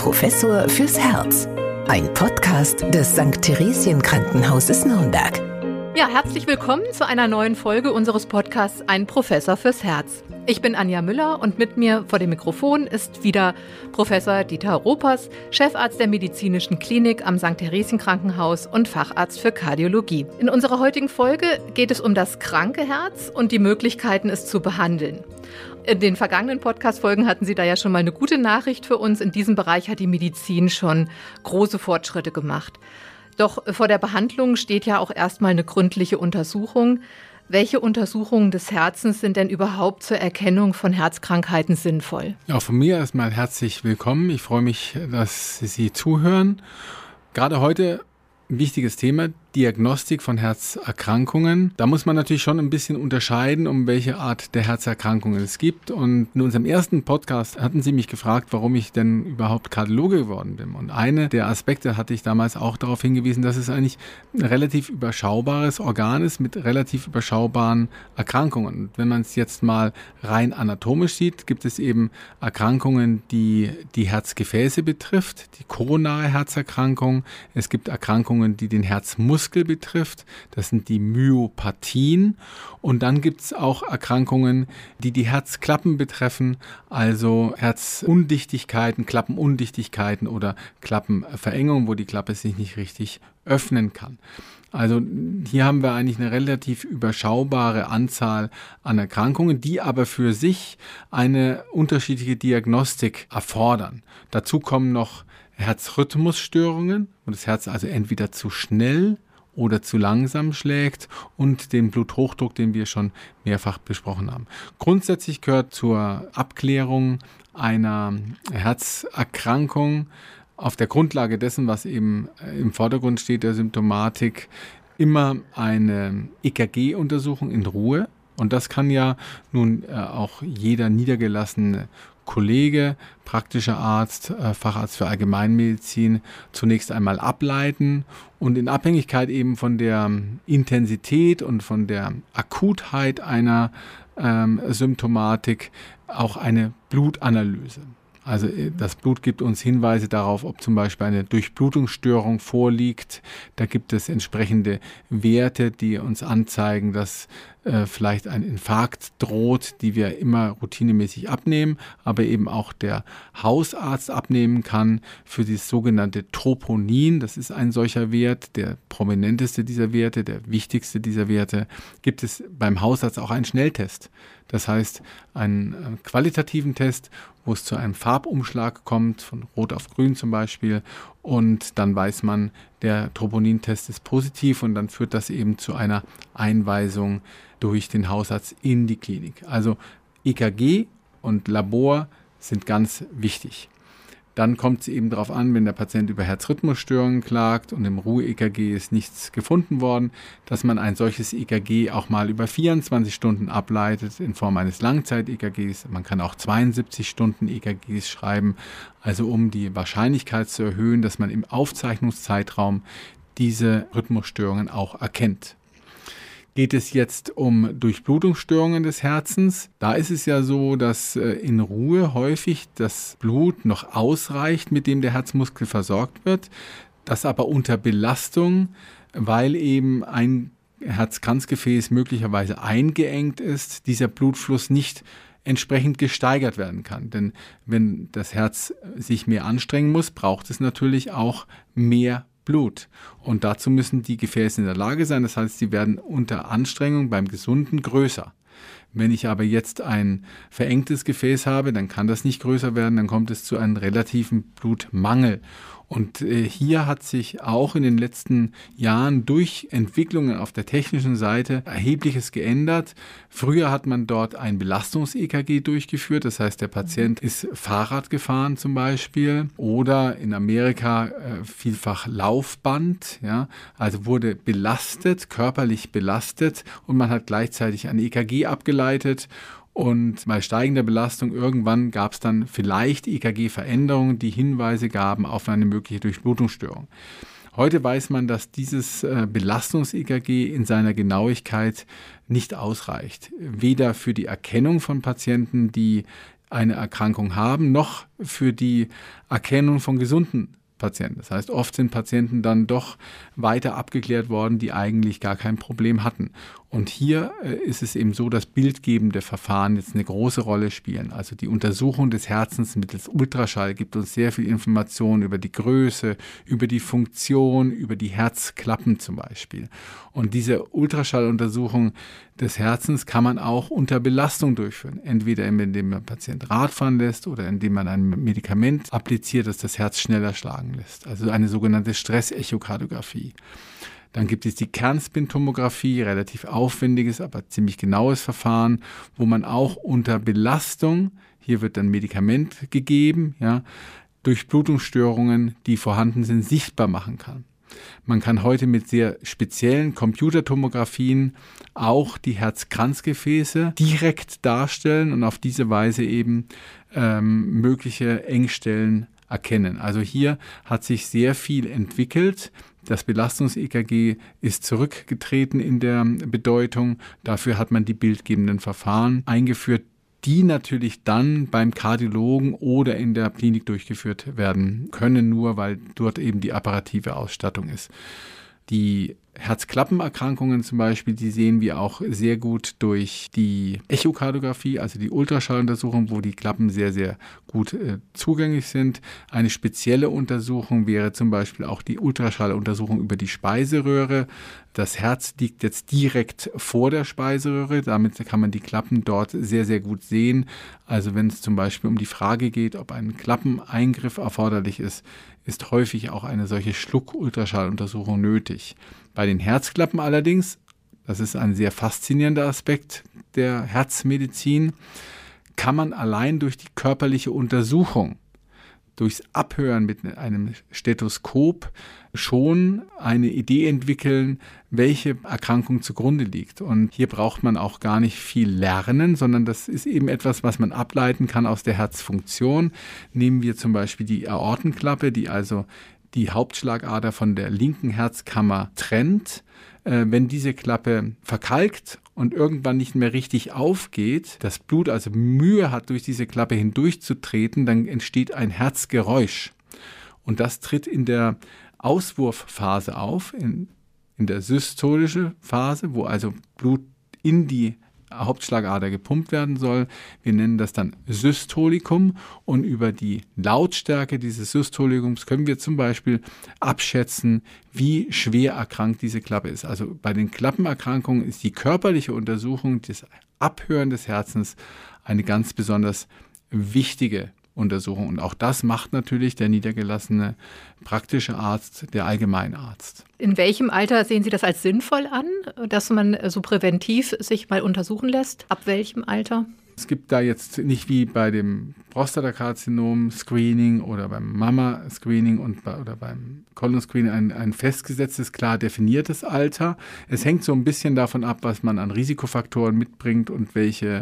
Professor fürs Herz. Ein Podcast des St. Theresien Krankenhauses Nürnberg. Ja, herzlich willkommen zu einer neuen Folge unseres Podcasts Ein Professor fürs Herz. Ich bin Anja Müller und mit mir vor dem Mikrofon ist wieder Professor Dieter Ropers, Chefarzt der Medizinischen Klinik am St. Theresien Krankenhaus und Facharzt für Kardiologie. In unserer heutigen Folge geht es um das kranke Herz und die Möglichkeiten, es zu behandeln. In den vergangenen Podcast-Folgen hatten Sie da ja schon mal eine gute Nachricht für uns. In diesem Bereich hat die Medizin schon große Fortschritte gemacht. Doch vor der Behandlung steht ja auch erstmal eine gründliche Untersuchung. Welche Untersuchungen des Herzens sind denn überhaupt zur Erkennung von Herzkrankheiten sinnvoll? Auch von mir erstmal herzlich willkommen. Ich freue mich, dass Sie zuhören. Gerade heute ein wichtiges Thema, Diagnostik von Herzerkrankungen. Da muss man natürlich schon ein bisschen unterscheiden, um welche Art der Herzerkrankungen es gibt. Und in unserem ersten Podcast hatten Sie mich gefragt, warum ich denn überhaupt Kardiologe geworden bin. Und eine der Aspekte hatte ich damals auch darauf hingewiesen, dass es eigentlich ein relativ überschaubares Organ ist mit relativ überschaubaren Erkrankungen. Und wenn man es jetzt mal rein anatomisch sieht, gibt es eben Erkrankungen, die die Herzgefäße betrifft, die koronare Herzerkrankung. Es gibt Erkrankungen, die den Herzmuskel betrifft. Das sind die Myopathien. Und dann gibt es auch Erkrankungen, die die Herzklappen betreffen, also Herzundichtigkeiten, Klappenundichtigkeiten oder Klappenverengungen, wo die Klappe sich nicht richtig öffnen kann. Also hier haben wir eigentlich eine relativ überschaubare Anzahl an Erkrankungen, die aber für sich eine unterschiedliche Diagnostik erfordern. Dazu kommen noch Herzrhythmusstörungen, wo das Herz also entweder zu schnell oder zu langsam schlägt und den Bluthochdruck, den wir schon mehrfach besprochen haben. Grundsätzlich gehört zur Abklärung einer Herzerkrankung auf der Grundlage dessen, was eben im Vordergrund steht, der Symptomatik, immer eine EKG-Untersuchung in Ruhe. Und das kann ja nun auch jeder niedergelassene Kollege, praktischer Arzt, Facharzt für Allgemeinmedizin zunächst einmal ableiten und in Abhängigkeit eben von der Intensität und von der Akutheit einer Symptomatik auch eine Blutanalyse. Also das Blut gibt uns Hinweise darauf, ob zum Beispiel eine Durchblutungsstörung vorliegt. Da gibt es entsprechende Werte, die uns anzeigen, dass vielleicht ein Infarkt droht, die wir immer routinemäßig abnehmen, aber eben auch der Hausarzt abnehmen kann für das sogenannte Troponin. Das ist ein solcher Wert, der prominenteste dieser Werte, der wichtigste dieser Werte. Gibt es beim Hausarzt auch einen Schnelltest. Das heißt, einen qualitativen Test, wo es zu einem Farbumschlag kommt, von Rot auf Grün zum Beispiel. Und dann weiß man, der Troponintest ist positiv und dann führt das eben zu einer Einweisung durch den Hausarzt in die Klinik. Also EKG und Labor sind ganz wichtig. Dann kommt es eben darauf an, wenn der Patient über Herzrhythmusstörungen klagt und im Ruhe-EKG ist nichts gefunden worden, dass man ein solches EKG auch mal über 24 Stunden ableitet in Form eines Langzeit-EKGs. Man kann auch 72 Stunden EKGs schreiben, also um die Wahrscheinlichkeit zu erhöhen, dass man im Aufzeichnungszeitraum diese Rhythmusstörungen auch erkennt. Geht es jetzt um Durchblutungsstörungen des Herzens? Da ist es ja so, dass in Ruhe häufig das Blut noch ausreicht, mit dem der Herzmuskel versorgt wird, das aber unter Belastung, weil eben ein Herzkranzgefäß möglicherweise eingeengt ist, dieser Blutfluss nicht entsprechend gesteigert werden kann. Denn wenn das Herz sich mehr anstrengen muss, braucht es natürlich auch mehr Blut. Und dazu müssen die Gefäße in der Lage sein. Das heißt, sie werden unter Anstrengung beim Gesunden größer. Wenn ich aber jetzt ein verengtes Gefäß habe, dann kann das nicht größer werden, dann kommt es zu einem relativen Blutmangel. Und hier hat sich auch in den letzten Jahren durch Entwicklungen auf der technischen Seite Erhebliches geändert. Früher hat man dort ein Belastungs-EKG durchgeführt, das heißt, der Patient ist Fahrrad gefahren zum Beispiel oder in Amerika vielfach Laufband, ja, also wurde belastet, körperlich belastet und man hat gleichzeitig ein EKG abgeleitet. Und bei steigender Belastung irgendwann gab es dann vielleicht EKG-Veränderungen, die Hinweise gaben auf eine mögliche Durchblutungsstörung. Heute weiß man, dass dieses Belastungs-EKG in seiner Genauigkeit nicht ausreicht. Weder für die Erkennung von Patienten, die eine Erkrankung haben, noch für die Erkennung von gesunden Patienten. Das heißt, oft sind Patienten dann doch weiter abgeklärt worden, die eigentlich gar kein Problem hatten. Und hier ist es eben so, dass bildgebende Verfahren jetzt eine große Rolle spielen. Also die Untersuchung des Herzens mittels Ultraschall gibt uns sehr viel Informationen über die Größe, über die Funktion, über die Herzklappen zum Beispiel. Und diese Ultraschalluntersuchung des Herzens kann man auch unter Belastung durchführen. Entweder indem man den Patient Radfahren lässt oder indem man ein Medikament appliziert, das das Herz schneller schlagen lässt. Also eine sogenannte Stressechokardiographie. Dann gibt es die Kernspintomographie, relativ aufwendiges, aber ziemlich genaues Verfahren, wo man auch unter Belastung, hier wird dann Medikament gegeben, Durchblutungsstörungen, die vorhanden sind, sichtbar machen kann. Man kann heute mit sehr speziellen Computertomographien auch die Herzkranzgefäße direkt darstellen und auf diese Weise eben mögliche Engstellen erkennen. Also hier hat sich sehr viel entwickelt. Das Belastungs-EKG ist zurückgetreten in der Bedeutung. Dafür hat man die bildgebenden Verfahren eingeführt, die natürlich dann beim Kardiologen oder in der Klinik durchgeführt werden können, nur weil dort eben die apparative Ausstattung ist. Die Herzklappenerkrankungen zum Beispiel, die sehen wir auch sehr gut durch die Echokardiographie, also die Ultraschalluntersuchung, wo die Klappen sehr, sehr gut zugänglich sind. Eine spezielle Untersuchung wäre zum Beispiel auch die Ultraschalluntersuchung über die Speiseröhre. Das Herz liegt jetzt direkt vor der Speiseröhre, damit kann man die Klappen dort sehr, sehr gut sehen. Also wenn es zum Beispiel um die Frage geht, ob ein Klappeneingriff erforderlich ist, ist häufig auch eine solche Schluck-Ultraschalluntersuchung nötig. Bei den Herzklappen allerdings, das ist ein sehr faszinierender Aspekt der Herzmedizin, kann man allein durch die körperliche Untersuchung, durchs Abhören mit einem Stethoskop schon eine Idee entwickeln, welche Erkrankung zugrunde liegt. Und hier braucht man auch gar nicht viel lernen, sondern das ist eben etwas, was man ableiten kann aus der Herzfunktion. Nehmen wir zum Beispiel die Aortenklappe, die also die Hauptschlagader von der linken Herzkammer trennt. Wenn diese Klappe verkalkt und irgendwann nicht mehr richtig aufgeht, das Blut also Mühe hat, durch diese Klappe hindurchzutreten, dann entsteht ein Herzgeräusch. Und das tritt in der Auswurfphase auf, in der systolischen Phase, wo also Blut in die Hauptschlagader gepumpt werden soll. Wir nennen das dann Systolikum und über die Lautstärke dieses Systolikums können wir zum Beispiel abschätzen, wie schwer erkrankt diese Klappe ist. Also bei den Klappenerkrankungen ist die körperliche Untersuchung, das Abhören des Herzens eine ganz besonders wichtige Untersuchung. Und auch das macht natürlich der niedergelassene praktische Arzt, der Allgemeinarzt. In welchem Alter sehen Sie das als sinnvoll an, dass man so präventiv sich mal untersuchen lässt? Ab welchem Alter? Es gibt da jetzt nicht wie bei dem Prostatakarzinom-Screening oder beim Mama-Screening oder beim Kolon-Screening ein festgesetztes, klar definiertes Alter. Es hängt so ein bisschen davon ab, was man an Risikofaktoren mitbringt und welche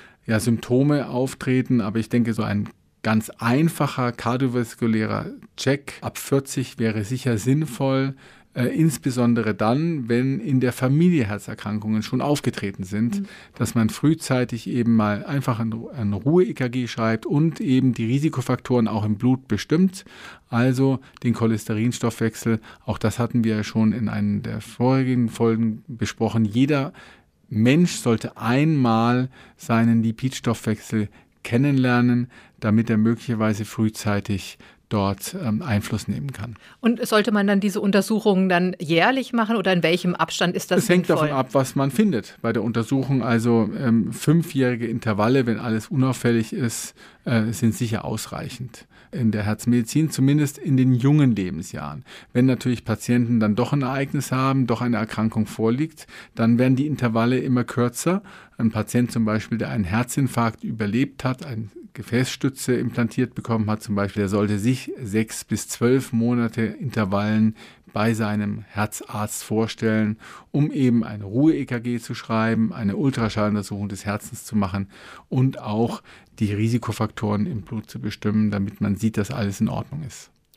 Symptome auftreten. Aber ich denke, so ein ganz einfacher kardiovaskulärer Check ab 40 wäre sicher sinnvoll, insbesondere dann, wenn in der Familie Herzerkrankungen schon aufgetreten sind, dass man frühzeitig eben mal einfach ein Ruhe-EKG schreibt und eben die Risikofaktoren auch im Blut bestimmt, also den Cholesterinstoffwechsel. Auch das hatten wir schon in einer der vorigen Folgen besprochen. Jeder Mensch sollte einmal seinen Lipidstoffwechsel kennenlernen, damit er möglicherweise frühzeitig dort Einfluss nehmen kann. Und sollte man dann diese Untersuchungen dann jährlich machen oder in welchem Abstand ist das sinnvoll? Es hängt davon ab, was man findet bei der Untersuchung. Also 5-jährige Intervalle, wenn alles unauffällig ist, sind sicher ausreichend in der Herzmedizin, zumindest in den jungen Lebensjahren. Wenn natürlich Patienten dann doch ein Ereignis haben, doch eine Erkrankung vorliegt, dann werden die Intervalle immer kürzer. Ein Patient zum Beispiel, der einen Herzinfarkt überlebt hat, eine Gefäßstütze implantiert bekommen hat zum Beispiel, der sollte sich 6 bis 12 Monate Intervallen bei seinem Herzarzt vorstellen, um eben ein Ruhe-EKG zu schreiben, eine Ultraschalluntersuchung des Herzens zu machen und auch die Risikofaktoren im Blut zu bestimmen, damit man sieht, dass alles in Ordnung ist.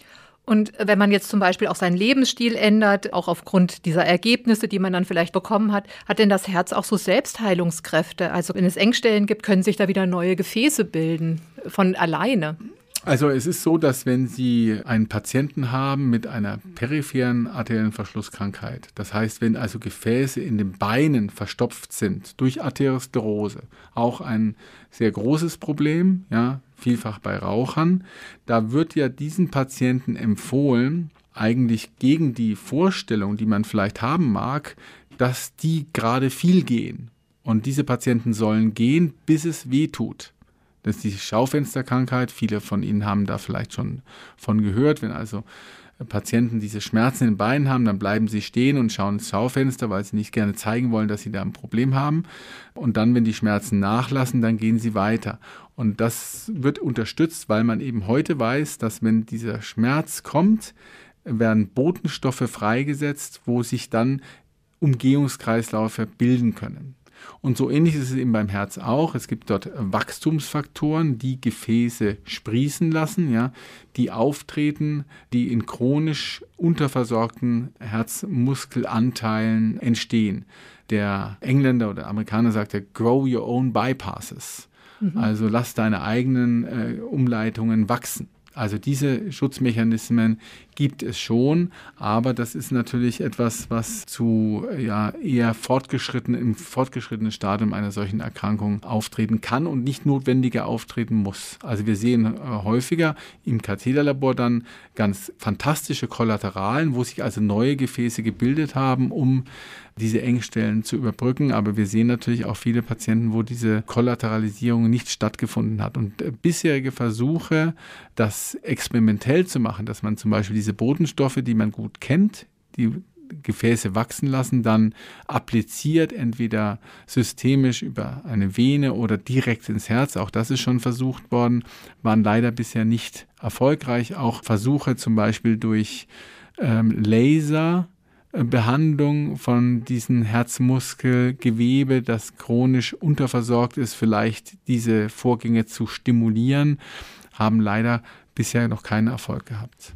Und wenn man jetzt zum Beispiel auch seinen Lebensstil ändert, auch aufgrund dieser Ergebnisse, die man dann vielleicht bekommen hat, hat denn das Herz auch so Selbstheilungskräfte? Also wenn es Engstellen gibt, können sich da wieder neue Gefäße bilden von alleine? Also es ist so, dass wenn Sie einen Patienten haben mit einer peripheren arteriellen Verschlusskrankheit, das heißt, wenn also Gefäße in den Beinen verstopft sind durch Arteriosklerose, auch ein sehr großes Problem, ja, vielfach bei Rauchern, da wird ja diesen Patienten empfohlen, eigentlich gegen die Vorstellung, die man vielleicht haben mag, dass die gerade viel gehen. Und diese Patienten sollen gehen, bis es weh tut. Das ist die Schaufensterkrankheit. Viele von Ihnen haben da vielleicht schon von gehört. Wenn also Patienten diese Schmerzen in den Beinen haben, dann bleiben sie stehen und schauen ins Schaufenster, weil sie nicht gerne zeigen wollen, dass sie da ein Problem haben. Und dann, wenn die Schmerzen nachlassen, dann gehen sie weiter. Und das wird unterstützt, weil man eben heute weiß, dass wenn dieser Schmerz kommt, werden Botenstoffe freigesetzt, wo sich dann Umgehungskreisläufe bilden können. Und so ähnlich ist es eben beim Herz auch. Es gibt dort Wachstumsfaktoren, die Gefäße sprießen lassen, ja, die auftreten, die in chronisch unterversorgten Herzmuskelanteilen entstehen. Der Engländer oder Amerikaner sagt ja, grow your own bypasses. Also lass deine eigenen Umleitungen wachsen. Also diese Schutzmechanismen gibt es schon, aber das ist natürlich etwas, was zu eher im fortgeschrittenen Stadium einer solchen Erkrankung auftreten kann und nicht notwendiger auftreten muss. Also wir sehen häufiger im Katheterlabor dann ganz fantastische Kollateralen, wo sich also neue Gefäße gebildet haben, um diese Engstellen zu überbrücken. Aber wir sehen natürlich auch viele Patienten, wo diese Kollateralisierung nicht stattgefunden hat. Und bisherige Versuche, das experimentell zu machen, dass man zum Beispiel diese Botenstoffe, die man gut kennt, die Gefäße wachsen lassen, dann appliziert, entweder systemisch über eine Vene oder direkt ins Herz, auch das ist schon versucht worden, waren leider bisher nicht erfolgreich. Auch Versuche zum Beispiel durch Laserbehandlung von diesem Herzmuskelgewebe, das chronisch unterversorgt ist, vielleicht diese Vorgänge zu stimulieren, haben leider bisher noch keinen Erfolg gehabt.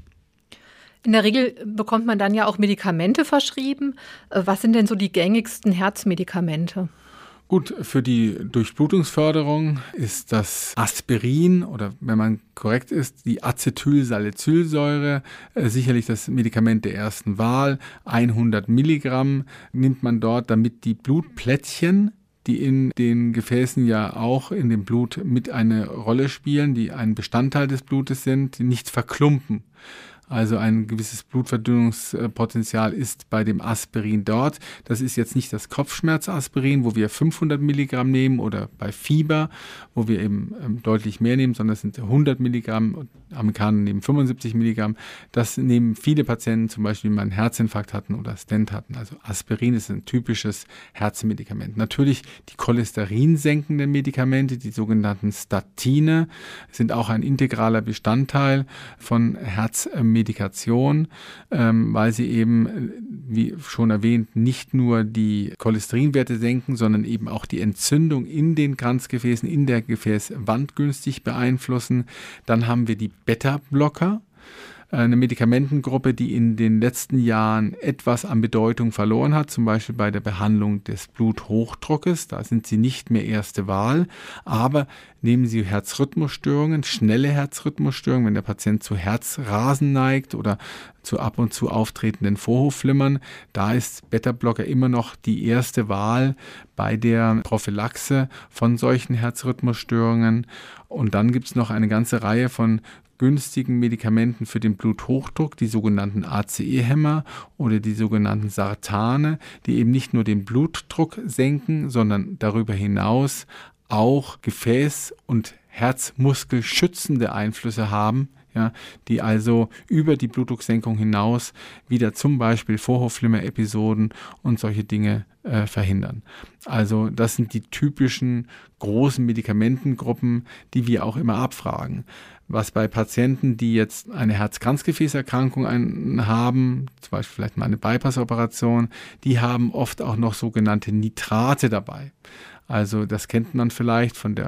In der Regel bekommt man dann ja auch Medikamente verschrieben. Was sind denn so die gängigsten Herzmedikamente? Gut, für die Durchblutungsförderung ist das Aspirin oder, wenn man korrekt ist, die Acetylsalicylsäure sicherlich das Medikament der ersten Wahl. 100 Milligramm nimmt man dort, damit die Blutplättchen, die in den Gefäßen ja auch in dem Blut mit eine Rolle spielen, die ein Bestandteil des Blutes sind, nicht verklumpen. Also ein gewisses Blutverdünnungspotenzial ist bei dem Aspirin dort. Das ist jetzt nicht das Kopfschmerzaspirin, wo wir 500 Milligramm nehmen, oder bei Fieber, wo wir eben deutlich mehr nehmen, sondern es sind 100 Milligramm. Amerikaner nehmen 75 Milligramm. Das nehmen viele Patienten, zum Beispiel, die mal einen Herzinfarkt hatten oder Stent hatten. Also Aspirin ist ein typisches Herzmedikament. Natürlich die cholesterinsenkenden Medikamente, die sogenannten Statine, sind auch ein integraler Bestandteil von Herzmedikation, weil sie eben, wie schon erwähnt, nicht nur die Cholesterinwerte senken, sondern eben auch die Entzündung in den Kranzgefäßen, in der Gefäßwand günstig beeinflussen. Dann haben wir die Beta-Blocker, eine Medikamentengruppe, die in den letzten Jahren etwas an Bedeutung verloren hat, zum Beispiel bei der Behandlung des Bluthochdruckes. Da sind sie nicht mehr erste Wahl, aber nehmen Sie Herzrhythmusstörungen, schnelle Herzrhythmusstörungen, wenn der Patient zu Herzrasen neigt oder zu ab und zu auftretenden Vorhofflimmern, da ist Beta-Blocker immer noch die erste Wahl bei der Prophylaxe von solchen Herzrhythmusstörungen. Und dann gibt es noch eine ganze Reihe von günstigen Medikamenten für den Bluthochdruck, die sogenannten ACE-Hämmer oder die sogenannten Sartane, die eben nicht nur den Blutdruck senken, sondern darüber hinaus auch Gefäß- und Herzmuskelschützende Einflüsse haben, ja, die also über die Blutdrucksenkung hinaus wieder zum Beispiel Vorhofflimmer-Episoden und solche Dinge verhindern. Also das sind die typischen großen Medikamentengruppen, die wir auch immer abfragen. Was bei Patienten, die jetzt eine Herz-Kranzgefäßerkrankung haben, zum Beispiel vielleicht mal eine Bypass-Operation, die haben oft auch noch sogenannte Nitrate dabei. Also das kennt man vielleicht von der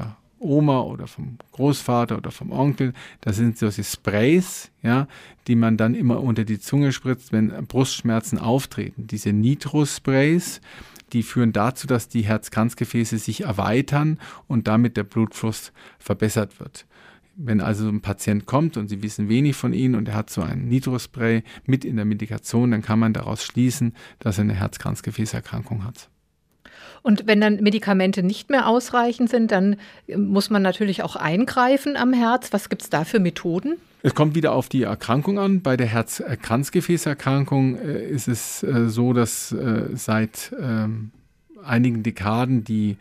Oma oder vom Großvater oder vom Onkel. Das sind solche Sprays, ja, die man dann immer unter die Zunge spritzt, wenn Brustschmerzen auftreten. Diese Nitro-Sprays, die führen dazu, dass die Herzkranzgefäße sich erweitern und damit der Blutfluss verbessert wird. Wenn also ein Patient kommt und Sie wissen wenig von ihm und er hat so ein Nitrospray mit in der Medikation, dann kann man daraus schließen, dass er eine Herzkranzgefäßerkrankung hat. Und wenn dann Medikamente nicht mehr ausreichend sind, dann muss man natürlich auch eingreifen am Herz. Was gibt es da für Methoden? Es kommt wieder auf die Erkrankung an. Bei der Herzkranzgefäßerkrankung ist es so, dass seit einigen Dekaden die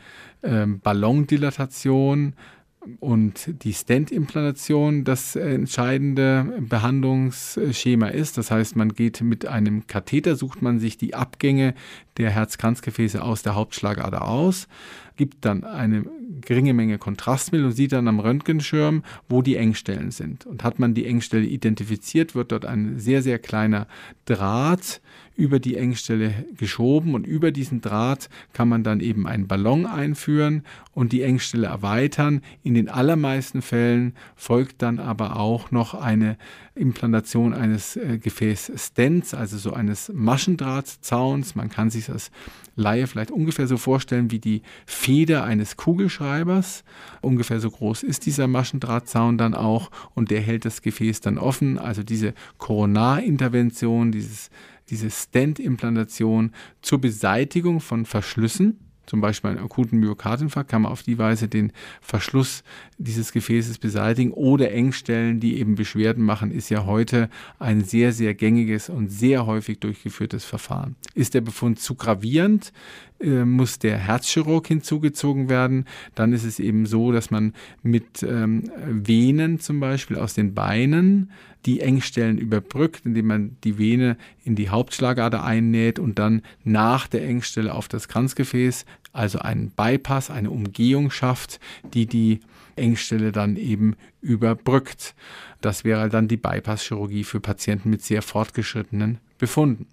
Ballondilatation und die Stent-Implantation das entscheidende Behandlungsschema ist. Das heißt, man geht mit einem Katheter, sucht man sich die Abgänge der Herzkranzgefäße aus der Hauptschlagader aus, gibt dann eine geringe Menge Kontrastmittel und sieht dann am Röntgenschirm, wo die Engstellen sind. Und hat man die Engstelle identifiziert, wird dort ein sehr, sehr kleiner Draht über die Engstelle geschoben und über diesen Draht kann man dann eben einen Ballon einführen und die Engstelle erweitern. In den allermeisten Fällen folgt dann aber auch noch eine Implantation eines Gefäßstents, also so eines Maschendrahtzauns. Man kann sich als Laie vielleicht ungefähr so vorstellen wie die Feder eines Kugelschreibers. Ungefähr so groß ist dieser Maschendrahtzaun dann auch und der hält das Gefäß dann offen. Also diese Koronarintervention, diese Stent-Implantation zur Beseitigung von Verschlüssen, zum Beispiel einen akuten Myokardinfarkt, kann man auf die Weise den Verschluss dieses Gefäßes beseitigen oder Engstellen, die eben Beschwerden machen, ist ja heute ein sehr, sehr gängiges und sehr häufig durchgeführtes Verfahren. Ist der Befund zu gravierend, muss der Herzchirurg hinzugezogen werden, dann ist es eben so, dass man mit Venen zum Beispiel aus den Beinen die Engstellen überbrückt, indem man die Vene in die Hauptschlagader einnäht und dann nach der Engstelle auf das Kranzgefäß, also einen Bypass, eine Umgehung schafft, die Engstelle dann eben überbrückt. Das wäre dann die Bypass-Chirurgie für Patienten mit sehr fortgeschrittenen Befunden.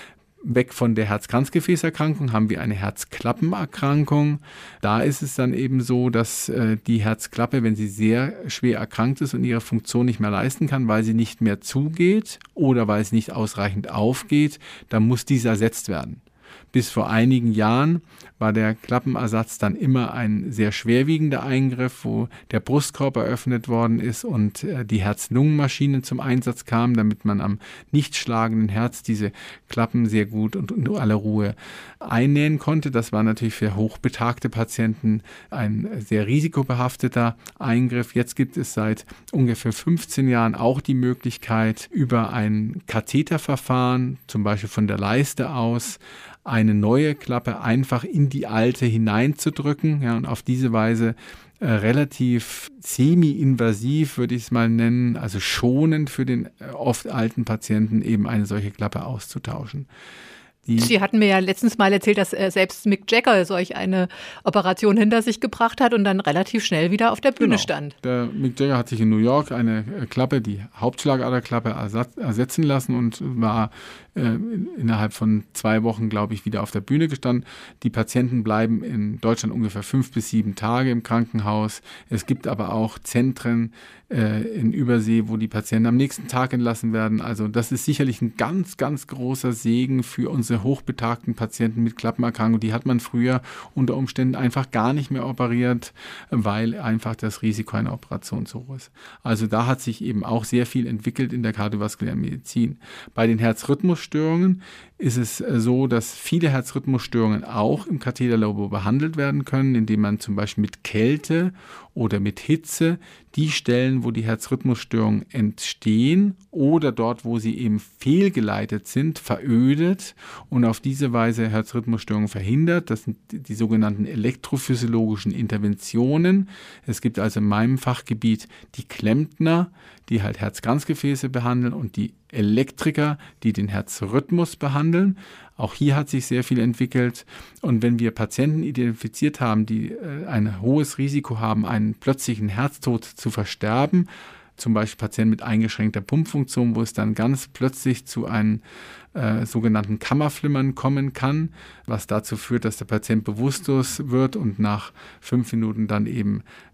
Weg von der Herzkranzgefäßerkrankung haben wir eine Herzklappenerkrankung. Da ist es dann eben so, dass die Herzklappe, wenn sie sehr schwer erkrankt ist und ihre Funktion nicht mehr leisten kann, weil sie nicht mehr zugeht oder weil es nicht ausreichend aufgeht, dann muss diese ersetzt werden. Bis vor einigen Jahren war der Klappenersatz dann immer ein sehr schwerwiegender Eingriff, wo der Brustkorb eröffnet worden ist und die Herz-Lungen-Maschine zum Einsatz kam, damit man am nicht schlagenden Herz diese Klappen sehr gut und in aller Ruhe einnähen konnte. Das war natürlich für hochbetagte Patienten ein sehr risikobehafteter Eingriff. Jetzt gibt es seit ungefähr 15 Jahren auch die Möglichkeit, über ein Katheterverfahren, zum Beispiel von der Leiste aus, eine neue Klappe einfach in die alte hineinzudrücken, ja, und auf diese Weise relativ semi-invasiv, würde ich es mal nennen, also schonend für den oft alten Patienten eben eine solche Klappe auszutauschen. Sie hatten mir ja letztens mal erzählt, dass selbst Mick Jagger solch eine Operation hinter sich gebracht hat und dann relativ schnell wieder auf der Bühne stand. Der Mick Jagger hat sich in New York eine Klappe, die Hauptschlagaderklappe, ersetzen lassen und war innerhalb von 2 Wochen, glaube ich, wieder auf der Bühne gestanden. Die Patienten bleiben in Deutschland ungefähr 5 bis 7 Tage im Krankenhaus. Es gibt aber auch Zentren in Übersee, wo die Patienten am nächsten Tag entlassen werden. Also das ist sicherlich ein ganz, ganz großer Segen für unsere hochbetagten Patienten mit Klappenerkrankung. Die hat man früher unter Umständen einfach gar nicht mehr operiert, weil einfach das Risiko einer Operation zu hoch ist. Also da hat sich eben auch sehr viel entwickelt in der kardiovaskulären Medizin. Bei den Herzrhythmusstörungen ist es so, dass viele Herzrhythmusstörungen auch im Katheterlabor behandelt werden können, indem man zum Beispiel mit Kälte oder mit Hitze die Stellen, wo die Herzrhythmusstörungen entstehen oder dort, wo sie eben fehlgeleitet sind, verödet und auf diese Weise Herzrhythmusstörungen verhindert. Das sind die sogenannten elektrophysiologischen Interventionen. Es gibt also in meinem Fachgebiet die Klempner, die halt Herzkranzgefäße behandeln und die Elektriker, die den Herzrhythmus behandeln. Auch hier hat sich sehr viel entwickelt. Und wenn wir Patienten identifiziert haben, die ein hohes Risiko haben, einen plötzlichen Herztod zu versterben, zum Beispiel Patienten mit eingeschränkter Pumpfunktion, wo es dann ganz plötzlich zu einem sogenannten Kammerflimmern kommen kann, was dazu führt, dass der Patient bewusstlos wird und nach 5 Minuten dann eben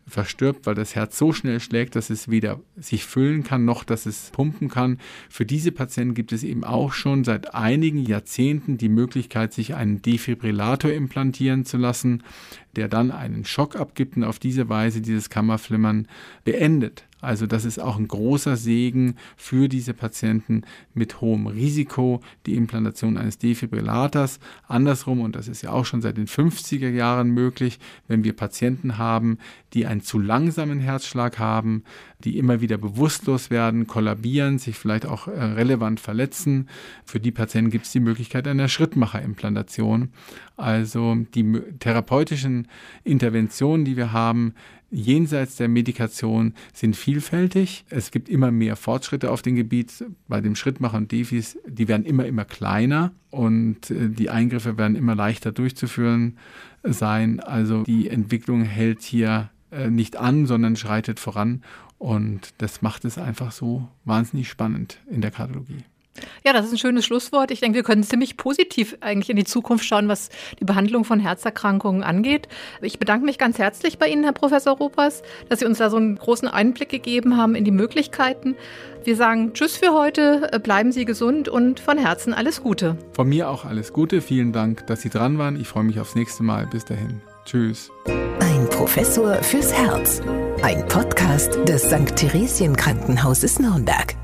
verstirbt, weil das Herz so schnell schlägt, dass es weder sich füllen kann, noch dass es pumpen kann. Für diese Patienten gibt es eben auch schon seit einigen Jahrzehnten die Möglichkeit, sich einen Defibrillator implantieren zu lassen, der dann einen Schock abgibt und auf diese Weise dieses Kammerflimmern beendet. Also das ist auch ein großer Segen für diese Patienten mit hohem Risiko, die Implantation eines Defibrillators. Andersrum, und das ist ja auch schon seit den 50er Jahren möglich, wenn wir Patienten haben, die einen zu langsamen Herzschlag haben, die immer wieder bewusstlos werden, kollabieren, sich vielleicht auch relevant verletzen. Für die Patienten gibt es die Möglichkeit einer Schrittmacherimplantation. Also die therapeutischen Interventionen, die wir haben, jenseits der Medikation sind vielfältig. Es gibt immer mehr Fortschritte auf dem Gebiet. Bei dem Schrittmacher und Defis, die werden immer kleiner und die Eingriffe werden immer leichter durchzuführen sein. Also die Entwicklung hält hier nicht an, sondern schreitet voran und das macht es einfach so wahnsinnig spannend in der Kardiologie. Ja, das ist ein schönes Schlusswort. Ich denke, wir können ziemlich positiv eigentlich in die Zukunft schauen, was die Behandlung von Herzerkrankungen angeht. Ich bedanke mich ganz herzlich bei Ihnen, Herr Professor Ropers, dass Sie uns da so einen großen Einblick gegeben haben in die Möglichkeiten. Wir sagen Tschüss für heute, bleiben Sie gesund und von Herzen alles Gute. Von mir auch alles Gute. Vielen Dank, dass Sie dran waren. Ich freue mich aufs nächste Mal. Bis dahin. Tschüss. Ein Professor fürs Herz. Ein Podcast des St. Theresien Krankenhauses Nürnberg.